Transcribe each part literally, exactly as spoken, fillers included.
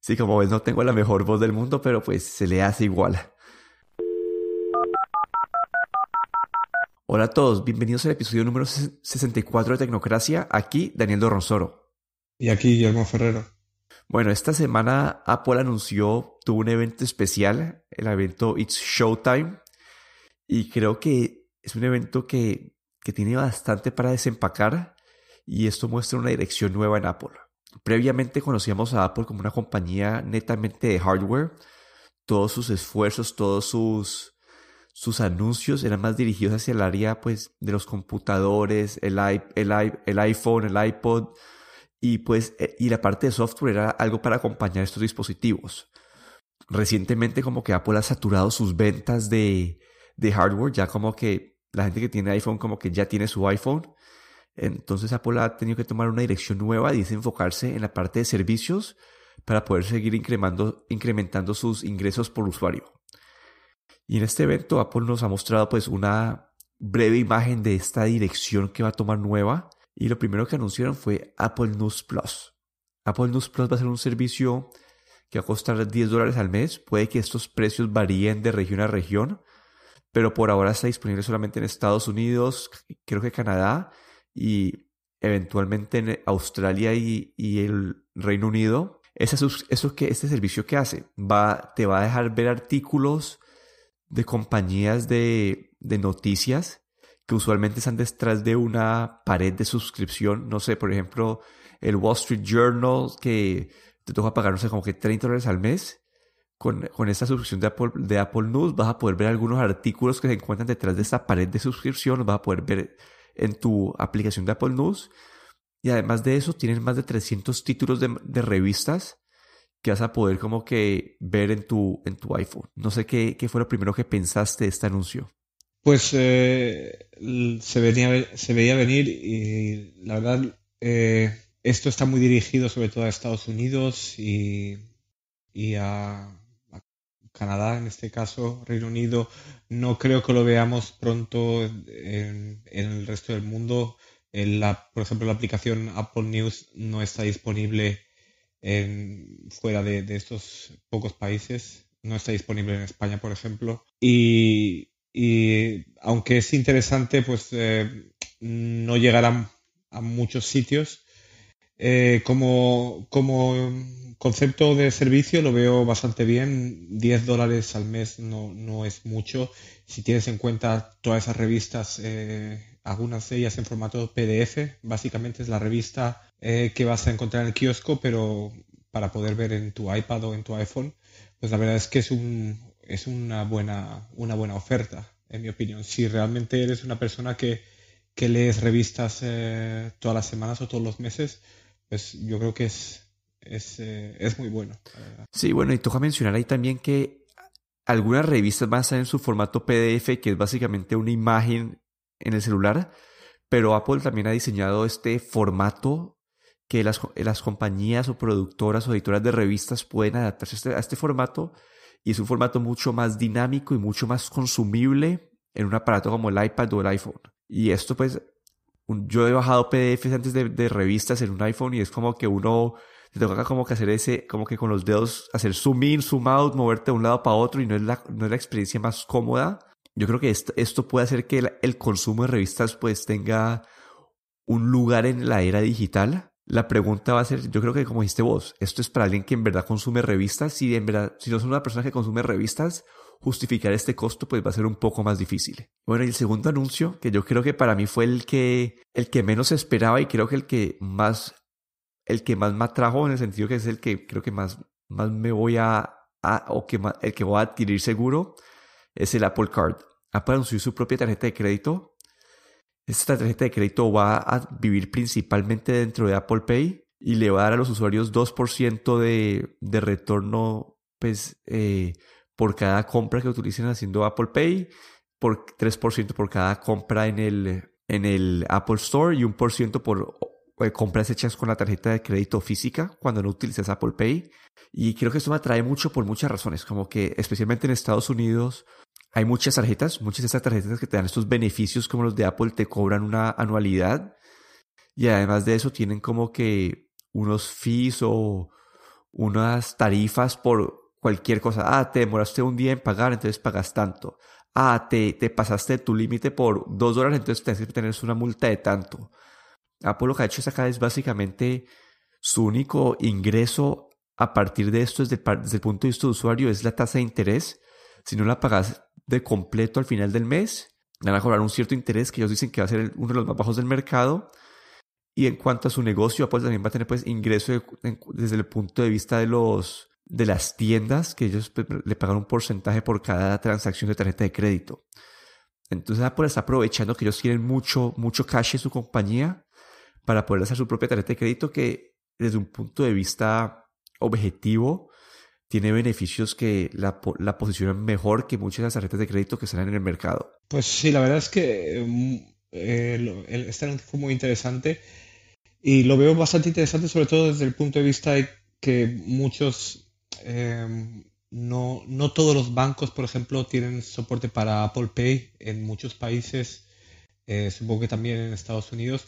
Sí, como ves, no tengo la mejor voz del mundo, pero pues se le hace igual. Hola a todos, bienvenidos al episodio número sesenta y cuatro de Tecnocracia. Aquí Daniel Dorronsoro. Y aquí Guillermo Ferrero. Bueno, esta semana Apple anunció, tuvo un evento especial, el evento It's Showtime, y creo que es un evento que, que tiene bastante para desempacar, y esto muestra una dirección nueva en Apple. Previamente conocíamos a Apple como una compañía netamente de hardware. Todos sus esfuerzos, todos sus, sus anuncios eran más dirigidos hacia el área pues, de los computadores, el, i- el, i- el iPhone, el iPod, y, pues, eh, y la parte de software era algo para acompañar estos dispositivos. Recientemente como que Apple ha saturado sus ventas de, de hardware, ya como que la gente que tiene iPhone como que ya tiene su iPhone. Entonces Apple ha tenido que tomar una dirección nueva y es enfocarse en la parte de servicios para poder seguir incrementando, incrementando sus ingresos por usuario. Y en este evento Apple nos ha mostrado pues una breve imagen de esta dirección que va a tomar nueva. Y lo primero que anunciaron fue Apple News Plus. Apple News Plus va a ser un servicio que va a costar diez dólares al mes. Puede que estos precios varíen de región a región, pero por ahora está disponible solamente en Estados Unidos, creo que Canadá y eventualmente en Australia y, y el Reino Unido. Esa sus- eso que este servicio que hace va, te va a dejar ver artículos de compañías de, de noticias que usualmente están detrás de una pared de suscripción. No sé, por ejemplo, el Wall Street Journal que te toca pagar, no sé, como que treinta dólares al mes. Con, con esta suscripción de Apple, de Apple News vas a poder ver algunos artículos que se encuentran detrás de esta pared de suscripción. Los vas a poder ver en tu aplicación de Apple News. Y además de eso, tienes más de trescientos títulos de, de revistas que vas a poder como que ver en tu, en tu iPhone. No sé qué, qué fue lo primero que pensaste de este anuncio. Pues eh, l- se venía, se veía venir y la verdad eh, esto está muy dirigido sobre todo a Estados Unidos y, y a, a Canadá, en este caso, Reino Unido. No creo que lo veamos pronto en, en el resto del mundo. En la, por ejemplo, la aplicación Apple News no está disponible en- fuera de, de estos pocos países. No está disponible en España, por ejemplo. Y, y aunque es interesante, pues eh, no llegará a muchos sitios. Eh, como, como concepto de servicio lo veo bastante bien. Diez dólares al mes no, no es mucho. Si tienes en cuenta todas esas revistas, eh, algunas de ellas en formato P D F, básicamente es la revista eh, que vas a encontrar en el kiosco, pero para poder ver en tu iPad o en tu iPhone, pues la verdad es que es un, es una buena, una buena oferta, en mi opinión. Si realmente eres una persona que, que lees revistas eh, todas las semanas o todos los meses, pues yo creo que es, es, eh, es muy bueno, la verdad. Sí, bueno, y toca mencionar ahí también que algunas revistas van a estar en su formato P D F, que es básicamente una imagen en el celular, pero Apple también ha diseñado este formato que las, las compañías o productoras o editoras de revistas pueden adaptarse a este, a este formato, y es un formato mucho más dinámico y mucho más consumible en un aparato como el iPad o el iPhone. Y esto pues, un- yo he bajado P D Fs antes de, de revistas en un iPhone y es como que uno te toca como que hacer ese, como que con los dedos hacer zoom in, zoom out, moverte de un lado para otro, y no es la, no es la experiencia más cómoda. Yo creo que esto, esto puede hacer que el, el consumo de revistas pues tenga un lugar en la era digital. La pregunta va a ser, yo creo que como dijiste vos, esto es para alguien que en verdad consume revistas. Si en verdad, si no es una persona que consume revistas, justificar este costo pues va a ser un poco más difícil. Bueno, y el segundo anuncio, que yo creo que para mí fue el que, el que menos esperaba, y creo que el que más, el que más me atrajo, en el sentido que es el que creo que más, más me voy a, a o que más, el que voy a adquirir seguro, es el Apple Card. Apple anunció su propia tarjeta de crédito. Esta tarjeta de crédito va a vivir principalmente dentro de Apple Pay y le va a dar a los usuarios dos por ciento de, de retorno pues, eh, por cada compra que utilicen haciendo Apple Pay, por tres por ciento por cada compra en el, en el Apple Store y uno por ciento por eh, compras hechas con la tarjeta de crédito física cuando no utilizas Apple Pay. Y creo que esto me atrae mucho por muchas razones, como que especialmente en Estados Unidos hay muchas tarjetas, muchas de estas tarjetas que te dan estos beneficios como los de Apple te cobran una anualidad, y además de eso tienen como que unos fees o, unas tarifas por cualquier cosa. Ah, te demoraste un día en pagar, entonces pagas tanto. Ah, te, te pasaste tu límite por dos dólares, entonces tienes que tener una multa de tanto. Apple lo que ha hecho es acá es básicamente su único ingreso a partir de esto desde el, desde el punto de vista de usuario es la tasa de interés. Si no la pagas de completo al final del mes, van a cobrar un cierto interés que ellos dicen que va a ser uno de los más bajos del mercado. Y en cuanto a su negocio, Apple también va a tener pues ingreso de, en, desde el punto de vista de los de las tiendas, que ellos pues, le pagan un porcentaje por cada transacción de tarjeta de crédito. Entonces Apple está aprovechando que ellos tienen mucho, mucho cash en su compañía para poder hacer su propia tarjeta de crédito que desde un punto de vista objetivo tiene beneficios que la, la posicionan mejor que muchas de las tarjetas de crédito que salen en el mercado. Pues sí, la verdad es que eh, este anuncio fue muy interesante y lo veo bastante interesante sobre todo desde el punto de vista de que muchos, eh, no, no todos los bancos, por ejemplo, tienen soporte para Apple Pay en muchos países, eh, supongo que también en Estados Unidos,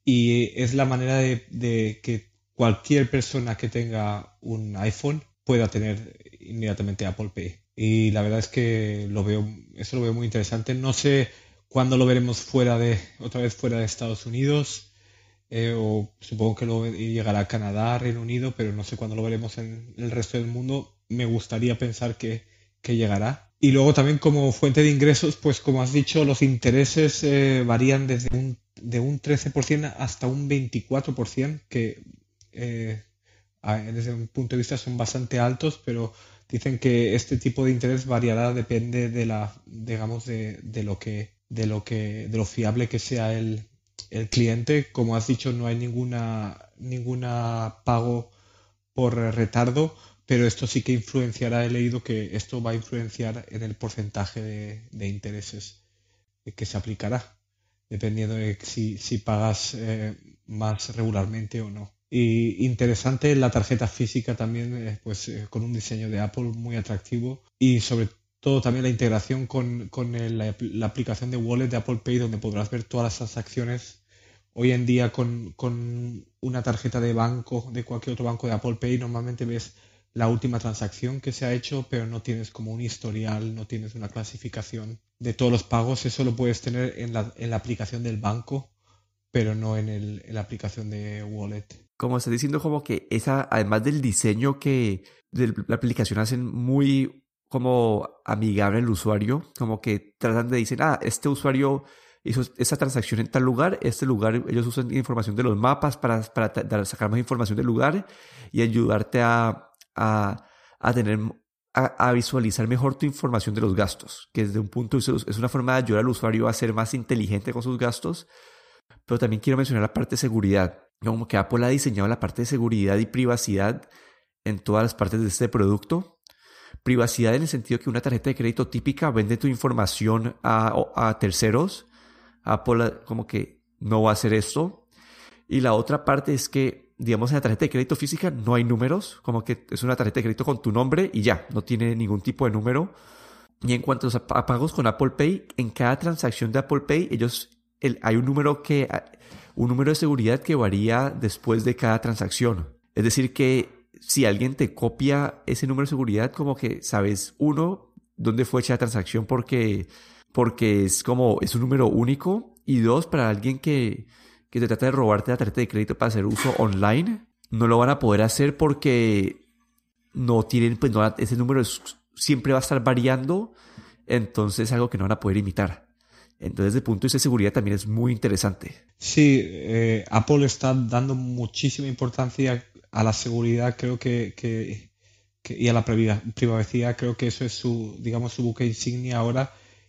y es la manera de, de que cualquier persona que tenga un iPhone pueda tener inmediatamente Apple Pay. Y la verdad es que lo veo, eso lo veo muy interesante. No sé cuándo lo veremos fuera de, otra vez fuera de Estados Unidos, eh, o supongo que luego llegará a Canadá, Reino Unido, pero no sé cuándo lo veremos en el resto del mundo. Me gustaría pensar que, que llegará. Y luego también como fuente de ingresos, pues como has dicho, los intereses eh, varían desde un, de un trece por ciento hasta un veinticuatro por ciento, que eh, desde un punto de vista son bastante altos, pero dicen que este tipo de interés variará, depende de la, digamos, de, de lo que, de lo que, de lo fiable que sea el, el cliente. Como has dicho, no hay ninguna, ninguna pago por retardo, pero esto sí que influenciará, he leído que esto va a influenciar en el porcentaje de, de intereses que se aplicará, dependiendo de si, si pagas eh, más regularmente o no. Y interesante la tarjeta física también, eh, pues eh, con un diseño de Apple muy atractivo y sobre todo también la integración con, con el, la, la aplicación de Wallet de Apple Pay, donde podrás ver todas las transacciones. Hoy en día con, con una tarjeta de banco, de cualquier otro banco de Apple Pay, normalmente ves la última transacción que se ha hecho, pero no tienes como un historial, no tienes una clasificación de todos los pagos. Eso lo puedes tener en la, en la aplicación del banco, pero no en, el, en la aplicación de Wallet. Como estás diciendo, como que esa, además del diseño que de la aplicación hacen muy como amigable al usuario, como que tratan de decir, ah, este usuario hizo esta transacción en tal lugar, este lugar, ellos usan información de los mapas para, para dar, sacar más información del lugar y ayudarte a, a, a tener, a, a visualizar mejor tu información de los gastos, que desde un punto de vista es una forma de ayudar al usuario a ser más inteligente con sus gastos. Pero también quiero mencionar la parte de seguridad. Como que Apple ha diseñado la parte de seguridad y privacidad en todas las partes de este producto. Privacidad en el sentido que una tarjeta de crédito típica vende tu información a, a terceros. Apple como que no va a hacer esto. Y la otra parte es que, digamos, en la tarjeta de crédito física no hay números. Como que es una tarjeta de crédito con tu nombre y ya, no tiene ningún tipo de número. Y en cuanto a pagos con Apple Pay, en cada transacción de Apple Pay, ellos... El, hay un número que un número de seguridad que varía después de cada transacción. Es decir que si alguien te copia ese número de seguridad, como que sabes, uno, dónde fue hecha la transacción porque, porque es como es un número único, y dos, para alguien que, que te trata de robarte la tarjeta de crédito para hacer uso online, no lo van a poder hacer porque no tienen, pues no, ese número es, siempre va a estar variando, entonces es algo que no van a poder imitar. Entonces, desde el punto de vista de seguridad también es muy interesante. Sí, eh, Apple está dando muchísima importancia a la seguridad, creo que, que, que y a la privacidad. Creo que eso es su, digamos, su buque insignia ahora,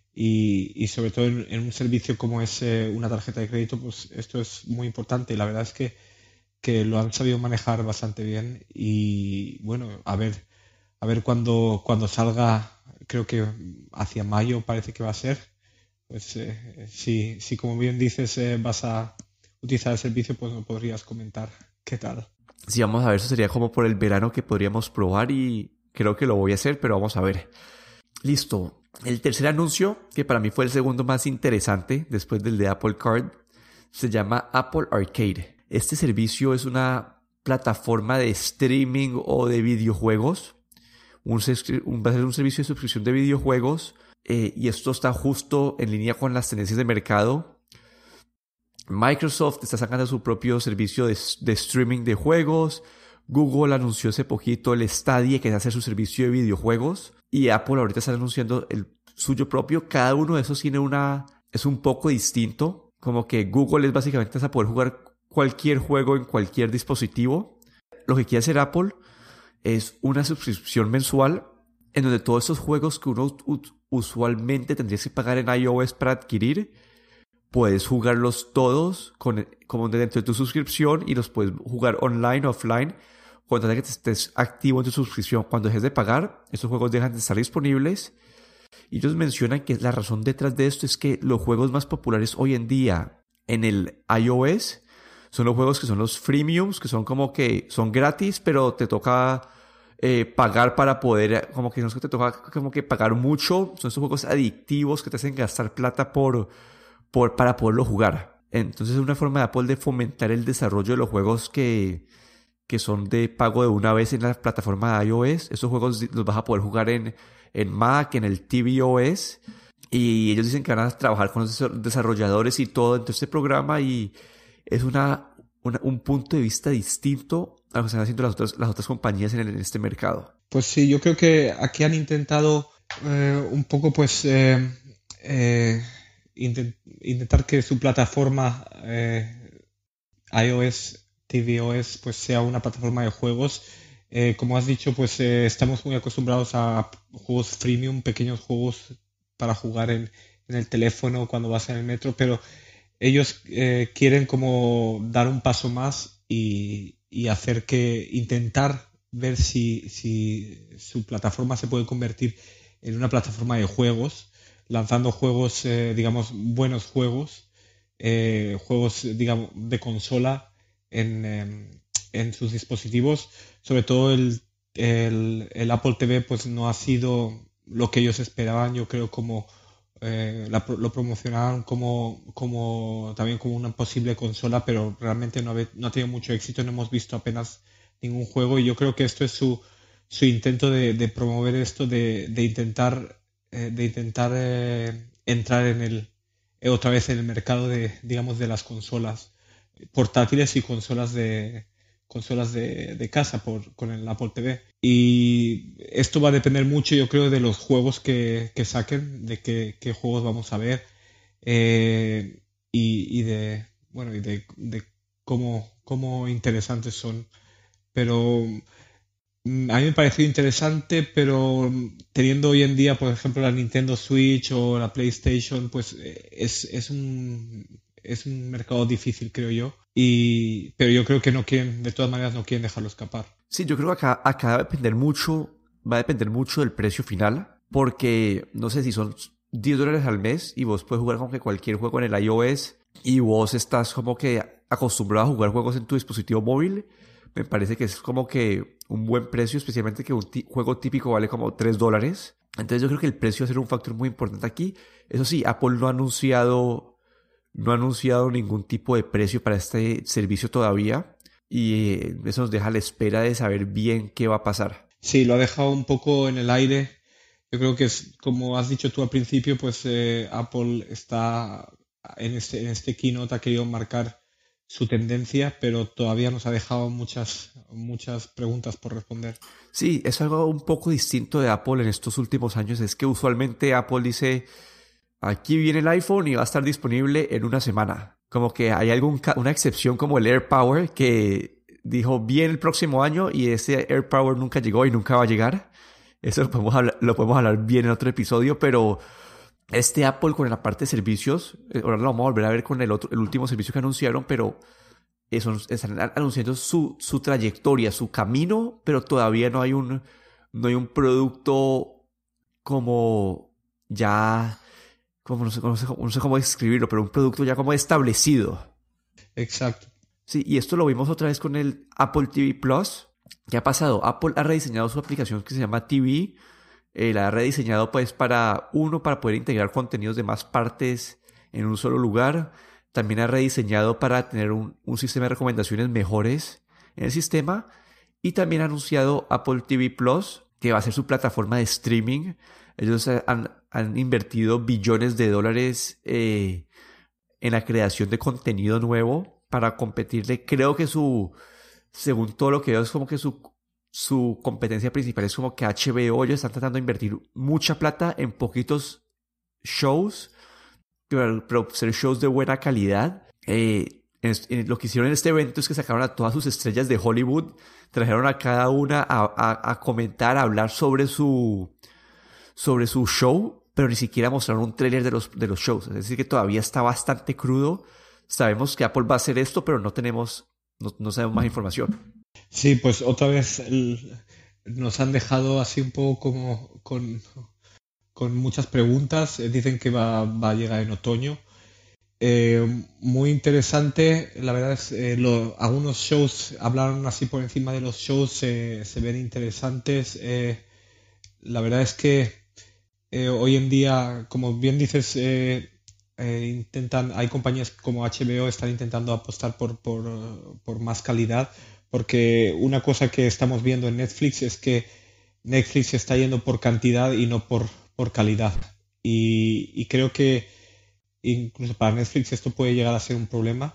y, y sobre todo en, en un servicio como es eh, una tarjeta de crédito, pues esto es muy importante, y la verdad es que, que lo han sabido manejar bastante bien. Y bueno, a ver, a ver cuando, cuando salga, creo que hacia mayo parece que va a ser. Pues eh, si, si como bien dices eh, vas a utilizar el servicio, pues me podrías comentar qué tal. Sí, vamos a ver, eso sería como por el verano que podríamos probar, y creo que lo voy a hacer, pero vamos a ver. Listo. El tercer anuncio, que para mí fue el segundo más interesante después del de Apple Card, se llama Apple Arcade. Este servicio es una plataforma de streaming o de videojuegos. Un, un, va a ser un servicio de suscripción de videojuegos. Eh, y esto está justo en línea con las tendencias de mercado. Microsoft está sacando su propio servicio de, de streaming de juegos. Google anunció hace poquito el Stadia, que es hacer su servicio de videojuegos. Y Apple ahorita está anunciando el suyo propio. Cada uno de esos tiene una... es un poco distinto. Como que Google es básicamente a poder jugar cualquier juego en cualquier dispositivo. Lo que quiere hacer Apple es una suscripción mensual en donde todos esos juegos que uno usualmente tendrías que pagar en iOS para adquirir, puedes jugarlos todos con, como dentro de tu suscripción y los puedes jugar online, offline, cuando que estés activo en tu suscripción. Cuando dejes de pagar, esos juegos dejan de estar disponibles. Y ellos mencionan que la razón detrás de esto es que los juegos más populares hoy en día en el iOS son los juegos que son los freemiums, que son como que son gratis, pero te toca eh, pagar para poder, como que no es que te toca como que pagar mucho. Son esos juegos adictivos que te hacen gastar plata por, por, para poderlo jugar. Entonces es una forma de Apple de fomentar el desarrollo de los juegos que, que son de pago de una vez en la plataforma de iOS. Esos juegos los vas a poder jugar en, en Mac, en el tvOS. Y ellos dicen que van a trabajar con los desarrolladores y todo dentro de este programa, y es una, una, un punto de vista distinto a lo que están haciendo las otras, las otras compañías en, el, en este mercado. Pues sí, yo creo que aquí han intentado eh, un poco pues eh, eh, intent, intentar que su plataforma eh, iOS, tvOS, pues sea una plataforma de juegos. Eh, como has dicho, pues eh, estamos muy acostumbrados a juegos freemium, pequeños juegos para jugar en, en el teléfono cuando vas en el metro, pero ellos eh, quieren como dar un paso más y, y hacer que intentar ver si, si su plataforma se puede convertir en una plataforma de juegos, lanzando juegos, eh, digamos, buenos juegos, eh, juegos, digamos, de consola en, eh, en sus dispositivos. Sobre todo el, el, el Apple T V pues no ha sido lo que ellos esperaban. Yo creo como eh, la, lo promocionaron como, como también como una posible consola, pero realmente no, ha, no ha tenido mucho éxito, no hemos visto apenas ningún juego, y yo creo que esto es su, su intento de, de promover esto, de, de intentar eh, de intentar eh, entrar en el eh, otra vez en el mercado de, digamos, de las consolas portátiles y consolas de consolas de, de casa por, con el Apple T V. Y esto va a depender mucho, yo creo, de los juegos que, que saquen, de qué, qué juegos vamos a ver, eh, y, y de bueno y de, de cómo, cómo interesantes son. Pero mm, a mí me pareció interesante, pero mm, teniendo hoy en día, por ejemplo, la Nintendo Switch o la PlayStation, pues eh, es, es un es un mercado difícil, creo yo. Y, pero yo creo que no quieren, de todas maneras, no quieren dejarlo escapar. Sí, yo creo que acá, acá va a depender mucho, va a depender mucho del precio final, porque no sé si son diez dólares al mes y vos puedes jugar como que cualquier juego en el iOS y vos estás como que acostumbrado a jugar juegos en tu dispositivo móvil. Me parece que es como que un buen precio, especialmente que un t- juego típico vale como tres dólares. Entonces yo creo que el precio va a ser un factor muy importante aquí. Eso sí, Apple no ha anunciado... No ha anunciado ningún tipo de precio para este servicio todavía, y eso nos deja a la espera de saber bien qué va a pasar. Sí, lo ha dejado un poco en el aire. Yo creo que es, como has dicho tú al principio, pues eh, Apple está en este, en este keynote, ha querido marcar su tendencia, pero todavía nos ha dejado muchas, muchas preguntas por responder. Sí, es algo un poco distinto de Apple en estos últimos años. Es que usualmente Apple dice... Aquí viene el iPhone y va a estar disponible en una semana. Como que hay algún ca- una excepción como el AirPower, que dijo bien el próximo año y ese AirPower nunca llegó y nunca va a llegar. Eso lo podemos hablar, lo podemos hablar bien en otro episodio, pero este Apple con la parte de servicios, eh, ahora lo vamos a volver a ver con el otro, el último servicio que anunciaron, pero eso, están anunciando su, su trayectoria, su camino, pero todavía no hay un, no hay un producto como ya... Como no sé, no, sé, no sé cómo describirlo, pero un producto ya como establecido. Exacto. Sí, y esto lo vimos otra vez con el Apple T V Plus. ¿Qué ha pasado? Apple ha rediseñado su aplicación que se llama T V. Eh, la ha rediseñado pues para, uno, para poder integrar contenidos de más partes en un solo lugar. También ha rediseñado para tener un, un sistema de recomendaciones mejores en el sistema. Y también ha anunciado Apple T V Plus, que va a ser su plataforma de streaming. Ellos han, han invertido billones de dólares eh, en la creación de contenido nuevo para competirle. Creo que su, según todo lo que veo, es como que su, su competencia principal es como que H B O. Ellos están tratando de invertir mucha plata en poquitos shows, pero, pero ser shows de buena calidad. Eh, en, en, lo que hicieron en este evento es que sacaron a todas sus estrellas de Hollywood, trajeron a cada una a, a, a comentar, a hablar sobre su, sobre su show, pero ni siquiera mostraron un tráiler de los, de los shows. Es decir, que todavía está bastante crudo. Sabemos que Apple va a hacer esto, pero no tenemos, no, no sabemos más información. Sí, pues otra vez el, nos han dejado así un poco como con, con muchas preguntas. Eh, Dicen que va, va a llegar en otoño. Eh, muy interesante, la verdad es eh, lo- algunos shows hablaron así por encima de los shows, eh, se ven interesantes. Eh, la verdad es que eh, hoy en día, como bien dices, eh, eh, intentan, hay compañías como H B O están intentando apostar por, por, eh, por más calidad, porque una cosa que estamos viendo en Netflix es que Netflix se está yendo por cantidad y no por, por calidad. Y, y creo que incluso para Netflix esto puede llegar a ser un problema.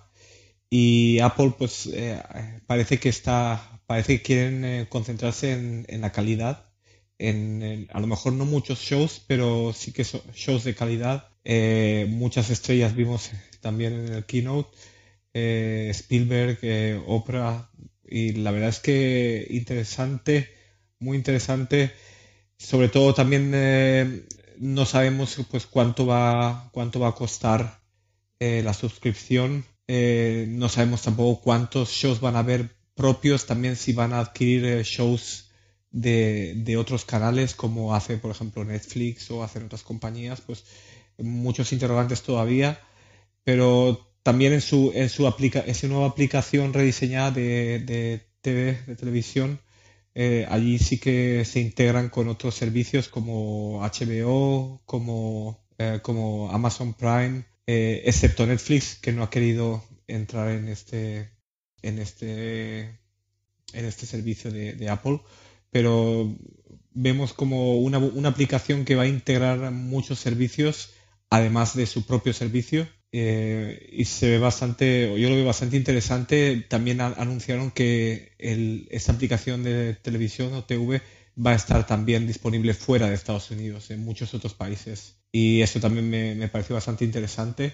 Y Apple, pues eh, parece que está, parece que quieren eh, concentrarse en, en la calidad. En, en- a lo mejor no muchos shows, pero sí que son shows de calidad. Eh, muchas estrellas vimos también en el keynote. eh, Spielberg, eh, Oprah. Y la verdad es que interesante, muy interesante. Sobre todo también eh, no sabemos pues cuánto va, cuánto va a costar eh, la suscripción. Eh, no sabemos tampoco cuántos shows van a haber propios, también si van a adquirir eh, shows de, de otros canales como hace por ejemplo Netflix o hacen otras compañías, pues muchos interrogantes todavía, pero también en su, en su, aplica en su nueva aplicación rediseñada de, de T V, de televisión, eh, allí sí que se integran con otros servicios como H B O, como, eh, como Amazon Prime, eh, excepto Netflix, que no ha querido entrar en este, en este, en este servicio de, de Apple. Pero vemos como una, una aplicación que va a integrar muchos servicios, además de su propio servicio. Eh, y se ve bastante, yo lo veo bastante interesante. También a- anunciaron que el, esta aplicación de televisión o T V va a estar también disponible fuera de Estados Unidos, en muchos otros países. Y eso también me, me pareció bastante interesante.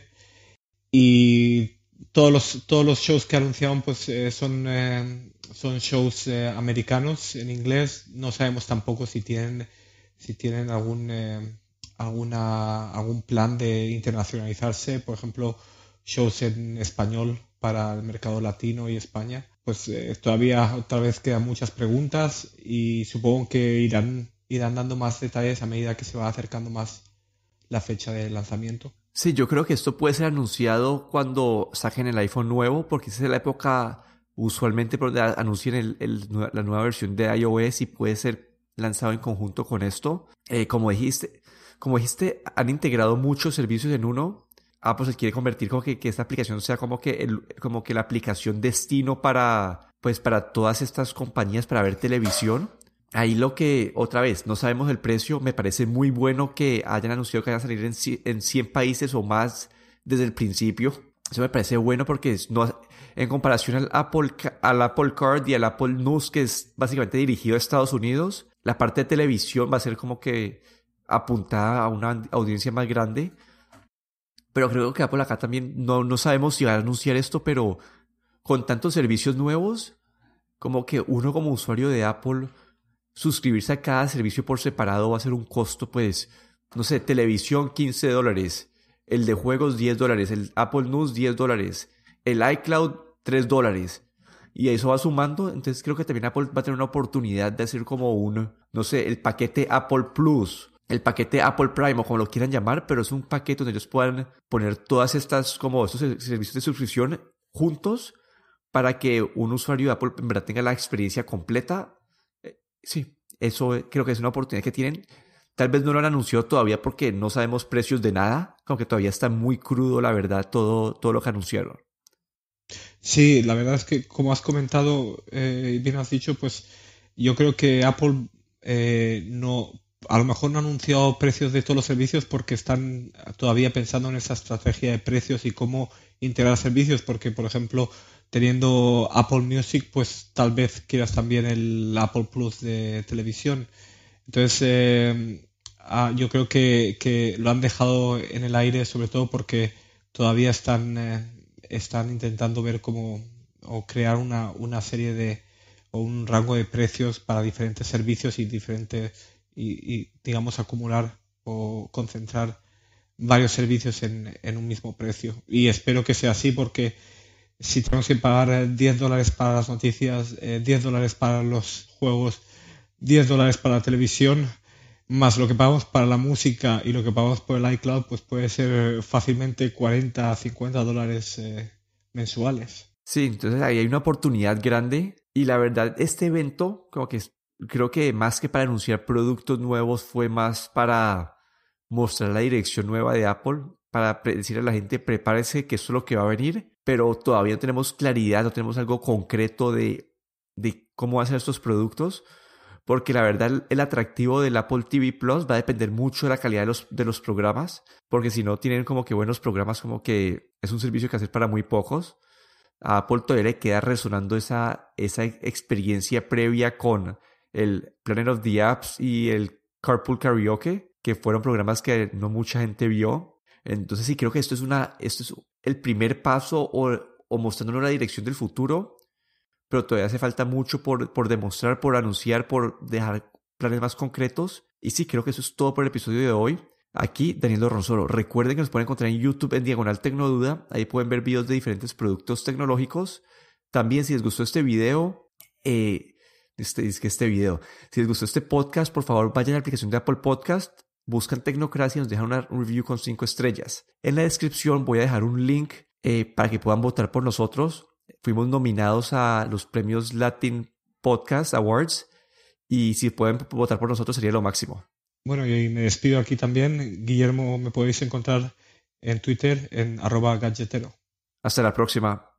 Y todos los, todos los shows que anunciaron pues eh, son, eh, son shows eh, americanos en inglés. No sabemos tampoco si tienen, si tienen algún, eh, alguna, algún plan de internacionalizarse, por ejemplo, shows en español para el mercado latino y España. Pues eh, todavía otra vez quedan muchas preguntas y supongo que irán, irán dando más detalles a medida que se va acercando más la fecha de lanzamiento. Sí, yo creo que esto puede ser anunciado cuando saquen el iPhone nuevo, porque esa es la época usualmente por donde a- anuncien el- el nue- la nueva versión de iOS y puede ser lanzado en conjunto con esto. Eh, como dijiste, como dijiste, han integrado muchos servicios en uno. Apple se quiere convertir como que, que esta aplicación sea como que, el, como que la aplicación destino para, pues, para todas estas compañías para ver televisión. Ahí lo que, otra vez, no sabemos el precio. Me parece muy bueno que hayan anunciado que van a salir en, ci- en cien países o más desde el principio. Eso me parece bueno porque es- no, en comparación al Apple, Ca- al Apple Card y al Apple News, que es básicamente dirigido a Estados Unidos, la parte de televisión va a ser como que apuntada a una audiencia más grande. Pero creo que Apple acá también no, no sabemos si va a anunciar esto, pero con tantos servicios nuevos, como que uno como usuario de Apple suscribirse a cada servicio por separado va a ser un costo, pues, no sé, televisión quince dólares, el de juegos diez dólares, el Apple News diez dólares, el iCloud tres dólares. Y eso va sumando, entonces creo que también Apple va a tener una oportunidad de hacer como un, no sé, el paquete Apple Plus, el paquete Apple Prime o como lo quieran llamar, pero es un paquete donde ellos puedan poner todas estas, como estos ser- servicios de suscripción juntos para que un usuario de Apple en verdad tenga la experiencia completa. Eh, Sí, eso eh, creo que es una oportunidad que tienen. Tal vez no lo han anunciado todavía porque no sabemos precios de nada, como que todavía está muy crudo, la verdad, todo, todo lo que anunciaron. Sí, la verdad es que como has comentado eh, y bien has dicho, pues yo creo que Apple eh, no, a lo mejor no ha anunciado precios de todos los servicios porque están todavía pensando en esa estrategia de precios y cómo integrar servicios, porque por ejemplo, teniendo Apple Music, pues tal vez quieras también el Apple Plus de televisión. Entonces, eh, ah, yo creo que, que lo han dejado en el aire, sobre todo porque todavía están, eh, están intentando ver cómo o crear una, una serie de o un rango de precios para diferentes servicios y diferentes y, y, digamos acumular o concentrar varios servicios en, en un mismo precio. Y espero que sea así porque si tenemos que pagar eh, diez dólares para las noticias, eh, diez dólares para los juegos, diez dólares para la televisión, más lo que pagamos para la música y lo que pagamos por el iCloud, pues puede ser fácilmente cuarenta a cincuenta dólares eh, mensuales. Sí, entonces ahí hay una oportunidad grande y la verdad este evento como que es- creo que más que para anunciar productos nuevos fue más para mostrar la dirección nueva de Apple, para pre- decirle a la gente prepárese que esto es lo que va a venir, pero todavía no tenemos claridad, no tenemos algo concreto de, de cómo hacer estos productos, porque la verdad el, el atractivo del Apple T V Plus va a depender mucho de la calidad de los, de los programas, porque si no tienen como que buenos programas, como que es un servicio que hacer para muy pocos. A Apple todavía le queda resonando esa, esa experiencia previa con el Planet of the Apps y el Carpool Karaoke, que fueron programas que no mucha gente vio. Entonces sí creo que esto es, una, esto es el primer paso o, o mostrándonos la dirección del futuro, pero todavía hace falta mucho por, por demostrar, por anunciar, por dejar planes más concretos. Y sí, creo que eso es todo por el episodio de hoy. Aquí, Daniel Ronsoro. Recuerden que nos pueden encontrar en YouTube en Diagonal Tecnoduda. Ahí pueden ver videos de diferentes productos tecnológicos. También, si les gustó este video, eh, este, es que este video, si les gustó este podcast, por favor, vayan a la aplicación de Apple Podcast, buscan Tecnocracia y nos dejan una review con cinco estrellas. En la descripción voy a dejar un link eh, para que puedan votar por nosotros. Fuimos nominados a los premios Latin Podcast Awards y si pueden votar por nosotros sería lo máximo. Bueno, y me despido aquí también. Guillermo, me podéis encontrar en Twitter en arroba gadgetero. Hasta la próxima.